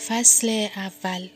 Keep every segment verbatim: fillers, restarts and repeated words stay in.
فصل اول.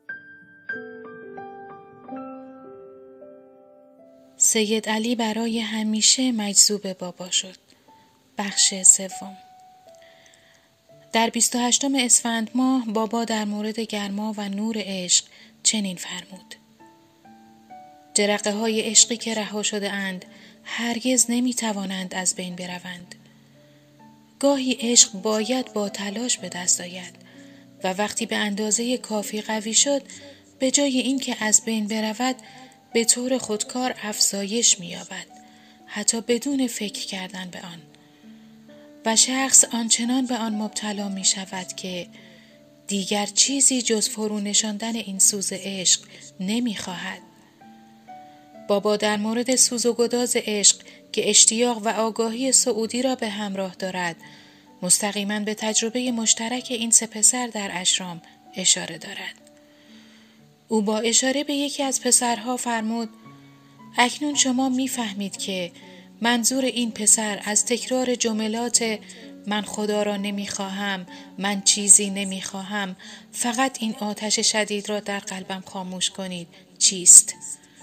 سید علی برای همیشه مجذوب بابا شد. بخش سوم. در بیست و هشتم اسفند ماه بابا در مورد گرما و نور عشق چنین فرمود: جرقه های عشقی که رها شده اند هرگز نمی توانند از بین بروند. گاهی عشق باید با تلاش به دست آید و وقتی به اندازه کافی قوی شد، به جای اینکه از بین برود به طور خودکار افزایش می‌یابد، حتی بدون فکر کردن به آن. و شخص آنچنان به آن مبتلا می شود که دیگر چیزی جز فرو نشاندن این سوز عشق نمی خواهد. بابا در مورد سوز و گداز عشق که اشتیاق و آگاهی سعودی را به همراه دارد، مستقیما به تجربه مشترک این سه پسر در اشرام اشاره دارد. او با اشاره به یکی از پسرها فرمود: اکنون شما می فهمید که منظور این پسر از تکرار جملات من خدا را نمی خواهم، من چیزی نمی خواهم، فقط این آتش شدید را در قلبم خاموش کنید چیست؟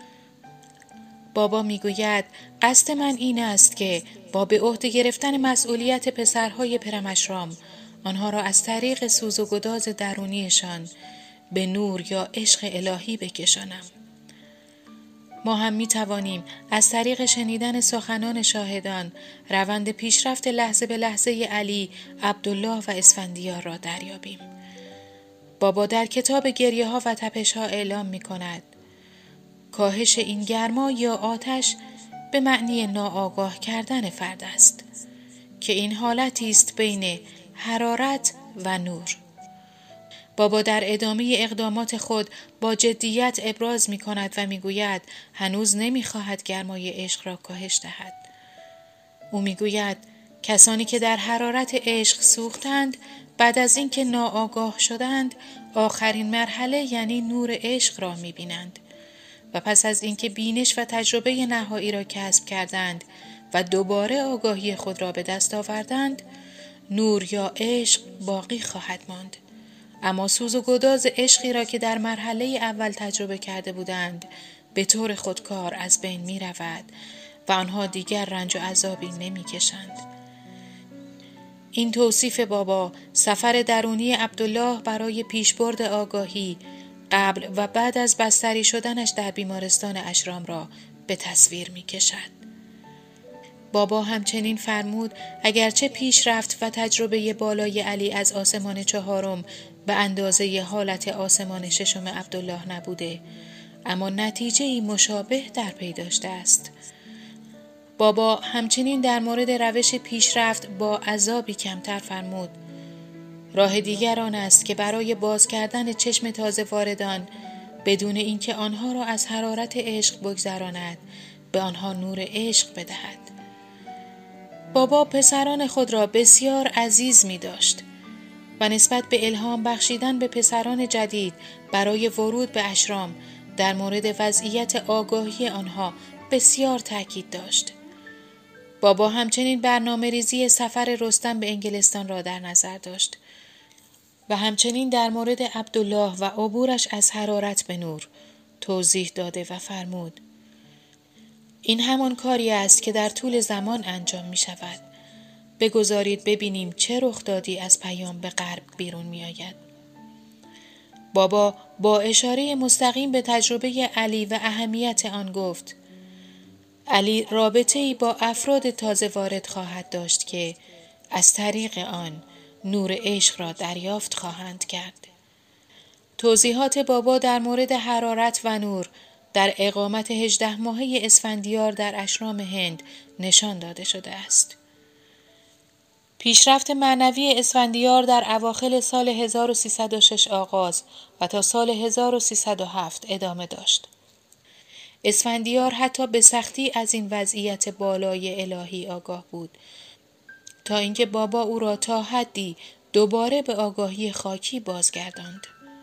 بابا می گوید قصد من این است که با به عهده گرفتن مسئولیت پسرهای پرمشرام آنها را از طریق سوز و گداز درونیشان به نور یا عشق الهی بکشانم. ما هم می توانیم از طریق شنیدن سخنان شاهدان روند پیشرفت لحظه به لحظه علی، عبدالله و اسفندیار را دریابیم. بابا در کتاب گریه ها و تپش ها اعلام می کند: کاهش این گرما یا آتش به معنی ناآگاه کردن فرد است که این حالتی است بین حرارت و نور. بابا در ادامه اقدامات خود با جدیت ابراز می کند و می گوید هنوز نمی خواهد گرمای عشق را کاهش دهد. او می گوید کسانی که در حرارت عشق سوختند بعد از اینکه ناآگاه شدند آخرین مرحله یعنی نور عشق را می بینند و پس از اینکه بینش و تجربه نهایی را کسب کردند و دوباره آگاهی خود را به دست آوردند، نور یا عشق باقی خواهد ماند. اما سوز و گداز عشقی را که در مرحله اول تجربه کرده بودند به طور خودکار از بین می رود و آنها دیگر رنج و عذابی نمی کشند. این توصیف بابا سفر درونی عبدالله برای پیشبرد آگاهی قبل و بعد از بستری شدنش در بیمارستان اشرام را به تصویر می کشد. بابا همچنین فرمود اگرچه پیشرفت و تجربه بالای علی از آسمان چهارم به اندازه حالت آسمان ششم عبدالله نبوده، اما نتیجه‌ای مشابه در پی داشته است. بابا همچنین در مورد روش پیشرفت با عذابی کمتر فرمود: راه دیگر آن است که برای باز کردن چشم تازه واردان بدون اینکه آنها را از حرارت عشق بگذراند به آنها نور عشق بدهد. بابا پسران خود را بسیار عزیز می داشت و نسبت به الهام بخشیدن به پسران جدید برای ورود به اشرام در مورد وضعیت آگاهی آنها بسیار تاکید داشت. بابا همچنین برنامه ریزی سفر رستم به انگلستان را در نظر داشت و همچنین در مورد عبدالله و عبورش از حرارت به نور توضیح داده و فرمود: این همان کاری است که در طول زمان انجام می شود. بگذارید ببینیم چه رخدادی از پیام به غرب بیرون می آید. بابا با اشاره مستقیم به تجربه علی و اهمیت آن گفت: علی رابطه‌ای با افراد تازه وارد خواهد داشت که از طریق آن نور عشق را دریافت خواهند کرد. توضیحات بابا در مورد حرارت و نور در اقامت هجده ماهه اسفندیار در اشرام هند نشان داده شده است. پیشرفت معنوی اسفندیار در اواخر سال هزار و سیصد و شش آغاز و تا سال هزار و سیصد و هفت ادامه داشت. اسفندیار حتی به سختی از این وضعیت بالای الهی آگاه بود تا اینکه بابا او را تا حدی دوباره به آگاهی خاکی بازگرداند.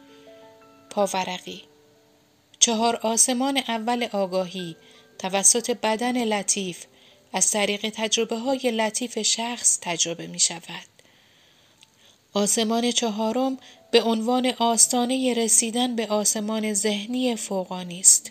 پاورقی: چهار آسمان اول آگاهی توسط بدن لطیف از طریق تجربه های لطیف شخص تجربه می شود. آسمان چهارم به عنوان آستانه رسیدن به آسمان ذهنی فوقانی است.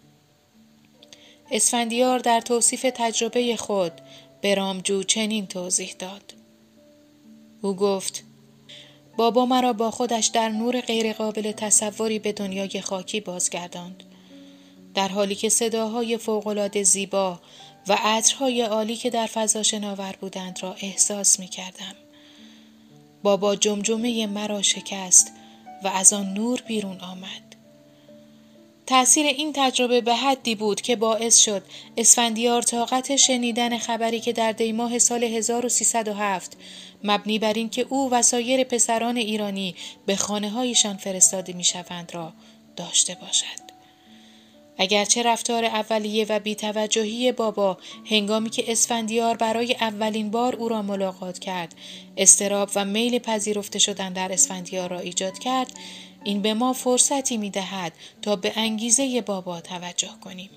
اسفندیار در توصیف تجربه خود به رامجو چنین توضیح داد. او گفت: بابا مرا با خودش در نور غیرقابل تصوری به دنیای خاکی بازگرداند. در حالی که صداهای فوق‌العاده زیبا و عطرهای عالی که در فضا شناور بودند را احساس می کردم. بابا جمجمه مرا شکست و از آن نور بیرون آمد. تأثیر این تجربه به حدی بود که باعث شد اسفندیار طاقت شنیدن خبری که در دیماه سال هزار و سیصد و هفت مبنی بر این که او و سایر پسران ایرانی به خانه‌هایشان فرستاده می‌شوند را داشته باشد. اگرچه رفتار اولیه و بی‌توجهی بابا هنگامی که اسفندیار برای اولین بار او را ملاقات کرد، اضطراب و میل پذیرفته شدن در اسفندیار را ایجاد کرد، این به ما فرصتی می‌دهد تا به انگیزه بابا توجه کنیم.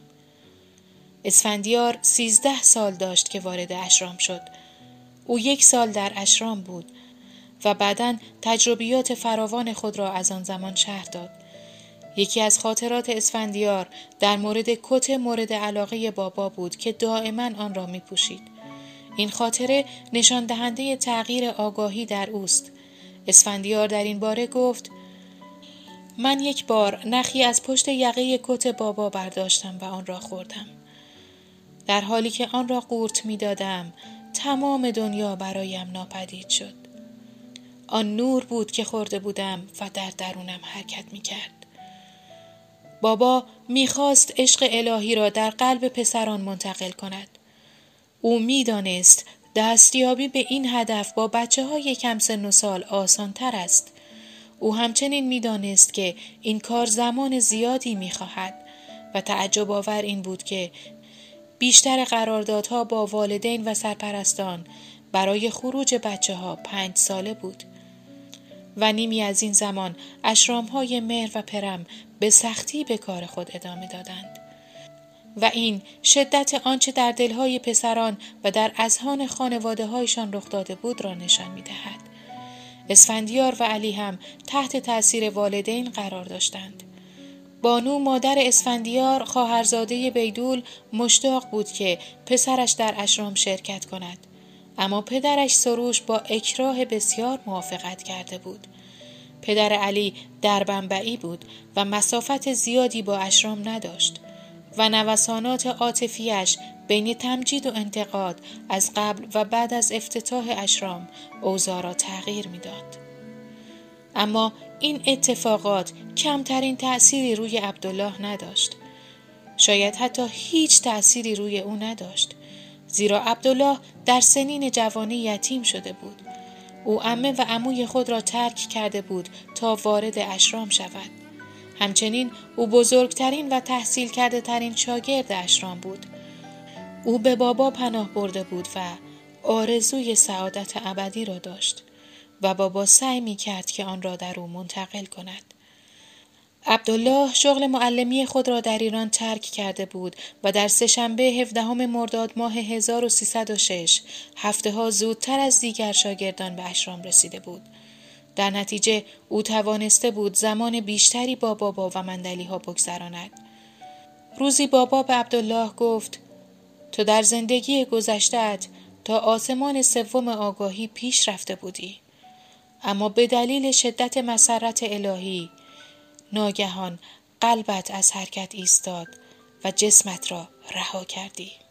اسفندیار سیزده سال داشت که وارد اشرام شد. او یک سال در اشرام بود و بعداً تجربیات فراوان خود را از آن زمان شرح داد. یکی از خاطرات اسفندیار در مورد کت مورد علاقه بابا بود که دائما آن را می پوشید. این خاطره نشان دهنده تغییر آگاهی در اوست. اسفندیار در این باره گفت: من یک بار نخی از پشت یقه کت بابا برداشتم و آن را خوردم. در حالی که آن را قورت می دادم، تمام دنیا برایم ناپدید شد. آن نور بود که خورده بودم و در درونم حرکت می کرد. بابا می‌خواست عشق الهی را در قلب پسران منتقل کند. او می‌دانست دستیابی به این هدف با بچه‌های کم سن و سال آسان‌تر است. او همچنین می‌دانست که این کار زمان زیادی می‌خواهد و تعجب آور این بود که بیشتر قراردادها با والدین و سرپرستان برای خروج بچه‌ها پنج ساله بود. و نیمی از این زمان اشرام‌های مهر و پرم به سختی به کار خود ادامه دادند. و این شدت آنچه در دلهای پسران و در اذهان خانواده‌هایشان رخ داده بود را نشان می‌دهد. اسفندیار و علی هم تحت تأثیر والدین قرار داشتند. بانو مادر اسفندیار خواهرزاده بیدول مشتاق بود که پسرش در اشرام شرکت کند. اما پدرش سروش با اکراه بسیار موافقت کرده بود. پدر علی در بنبعی بود و مسافت زیادی با اشرام نداشت و نوسانات عاطفیش بین تمجید و انتقاد از قبل و بعد از افتتاح اشرام اوضاع را تغییر می‌داد. اما این اتفاقات کمترین تأثیری روی عبدالله نداشت. شاید حتی هیچ تأثیری روی او نداشت. زیرا عبدالله در سنین جوانی یتیم شده بود. او عمه و عموی خود را ترک کرده بود تا وارد اشرام شود. همچنین او بزرگترین و تحصیل کرده ترین شاگرد اشرام بود. او به بابا پناه برده بود و آرزوی سعادت ابدی را داشت و بابا سعی می کرد که آن را در او منتقل کند. عبدالله شغل معلمی خود را در ایران ترک کرده بود و در سه‌شنبه هفدهم مرداد ماه هزار و سیصد و شش هفته ها زودتر از دیگر شاگردان به اشرام رسیده بود. در نتیجه او توانسته بود زمان بیشتری با بابا و مندلی ها بگذراند. روزی بابا به عبدالله گفت: تو در زندگی گذشته‌ات تا آسمان سوم آگاهی پیش رفته بودی، اما به دلیل شدت مسرت الهی ناگهان قلبت از حرکت ایستاد و جسمت را رها کردی.